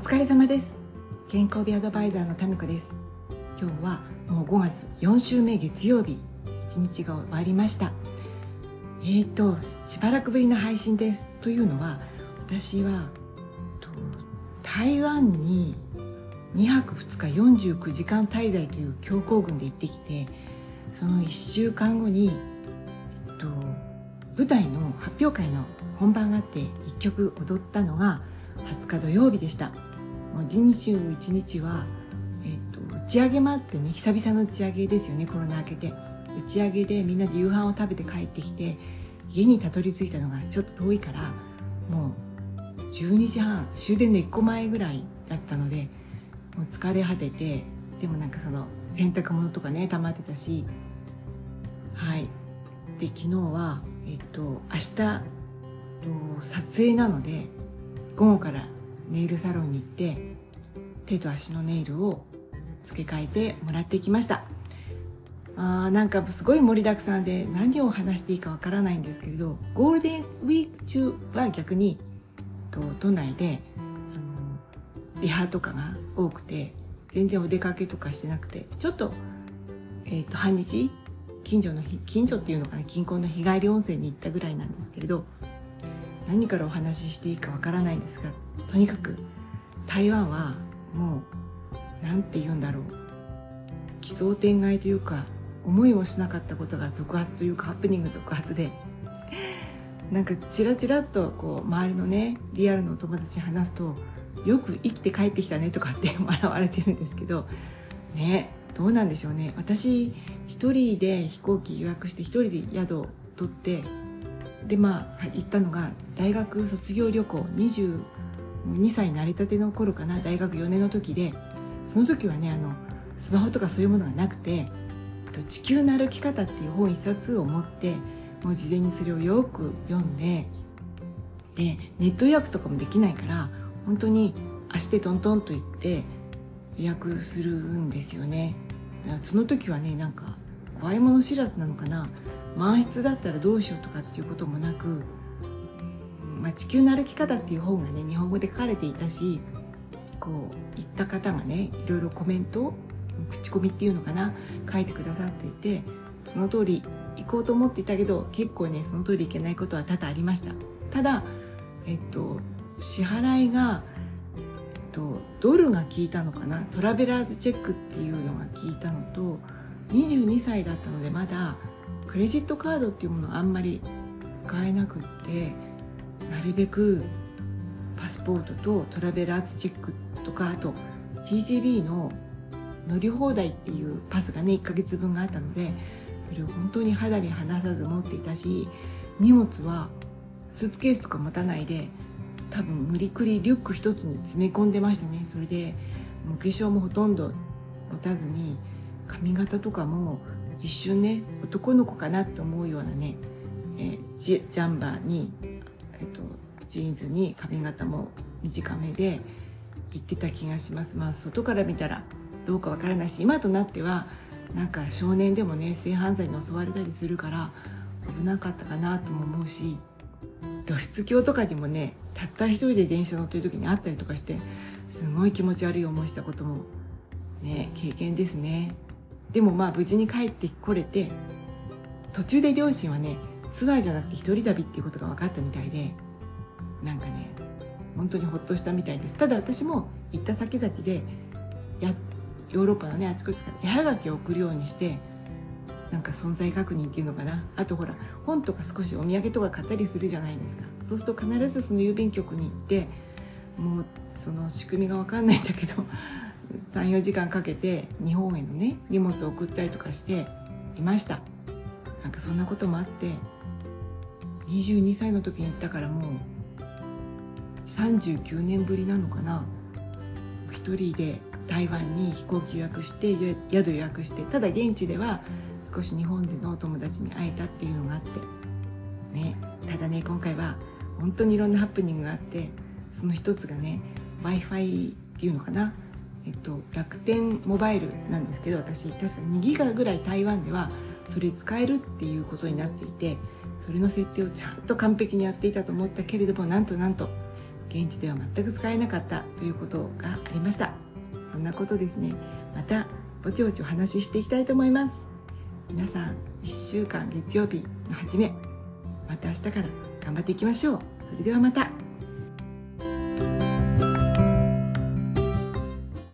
疲れ様です。健康美アドバイザーのタヌコです。今日はもう5月4週目月曜日、1日が終わりました。しばらくぶりの配信です。というのは、私は台湾に2泊2日49時間滞在という強行軍で行ってきて、その1週間後に、舞台の発表会の本番があって1曲踊ったのが20日土曜日でした。もう21日は、打ち上げもあってね、久々の打ち上げですよね、コロナ明けて。打ち上げでみんなで夕飯を食べて帰ってきて、家にたどり着いたのがちょっと遠いから、もう12時半、終電の1個前ぐらいだったので、もう疲れ果てて、でもその洗濯物とかね溜まってたし、で昨日は明日撮影なので、午後からネイルサロンに行って手と足のネイルを付け替えてもらってきました。すごい盛りだくさんで何を話していいかわからないんですけれど、ゴールデンウィーク中は逆に都内でリハとかが多くて、全然お出かけとかしてなくて、ちょっと、半日近所っていうのかな、近郊の日帰り温泉に行ったぐらいなんですけれど、何からお話ししていいかわからないんですが、とにかく台湾はもうなんて言うんだろう、奇想天外というか、思いもしなかったことが続発というか、ハプニング続発で、チラチラっと周りのねリアルのお友達に話すと、よく生きて帰ってきたねとかって笑われてるんですけどね、どうなんでしょうね。私一人で飛行機予約して、一人で宿を取って、で行ったのが大学卒業旅行、22歳になりたての頃かな、大学4年の時で、その時はねスマホとかそういうものがなくて、地球の歩き方っていう本一冊を持って、もう事前にそれをよく読んで、でネット予約とかもできないから、本当に足でトントンと行って予約するんですよね。だからその時はね、怖いもの知らずなのかな、満室だったらどうしようとかっていうこともなく、地球の歩き方っていう本がね日本語で書かれていたし、行った方がねいろいろコメント、口コミっていうのかな、書いてくださっていて、その通り行こうと思っていたけど、結構ねその通り行けないことは多々ありました。ただ支払いがドルが効いたのかな、トラベラーズチェックっていうのが効いたのと、22歳だったのでまだクレジットカードっていうものがあんまり使えなくって、なるべくパスポートとトラベラーズチェックとか、あと TGV の乗り放題っていうパスがね1ヶ月分があったので、それを本当に肌身離さず持っていたし、荷物はスーツケースとか持たないで、多分無理くりリュック一つに詰め込んでましたね。それでもう化粧もほとんど持たずに、髪型とかも一瞬ね男の子かなって思うようなね、ジャンバーに、ジーンズに髪型も短めで行ってた気がします。外から見たらどうかわからないし、今となっては少年でもね性犯罪に襲われたりするから危なかったかなとも思うし、露出狂とかにもねたった一人で電車乗ってる時に会ったりとかして、すごい気持ち悪い思いしたこともね経験ですね。でも無事に帰ってこれて、途中で両親はねツアーじゃなくて一人旅っていうことが分かったみたいで、本当にほっとしたみたいです。ただ私も行った先々でヨーロッパのねあちこちから絵はがきを送るようにして、存在確認っていうのかな、あとほら本とか少しお土産とか買ったりするじゃないですか。そうすると必ずその郵便局に行って、もうその仕組みが分かんないんだけど3、4時間かけて日本へのね荷物を送ったりとかしていました。そんなこともあって、22歳の時に行ったから、もう39年ぶりなのかな、一人で台湾に飛行機予約して宿予約して、ただ現地では少し日本でのお友達に会えたっていうのがあってね。ただね今回は本当にいろんなハプニングがあって、その一つがね Wi-Fi っていうのかな、楽天モバイルなんですけど、私確か2ギガぐらい台湾ではそれ使えるっていうことになっていて、それの設定をちゃんと完璧にやっていたと思ったけれども、なんと現地では全く使えなかったということがありました。そんなことですね、またぼちぼちお話ししていきたいと思います。皆さん1週間月曜日の初め、また明日から頑張っていきましょう。それではまた。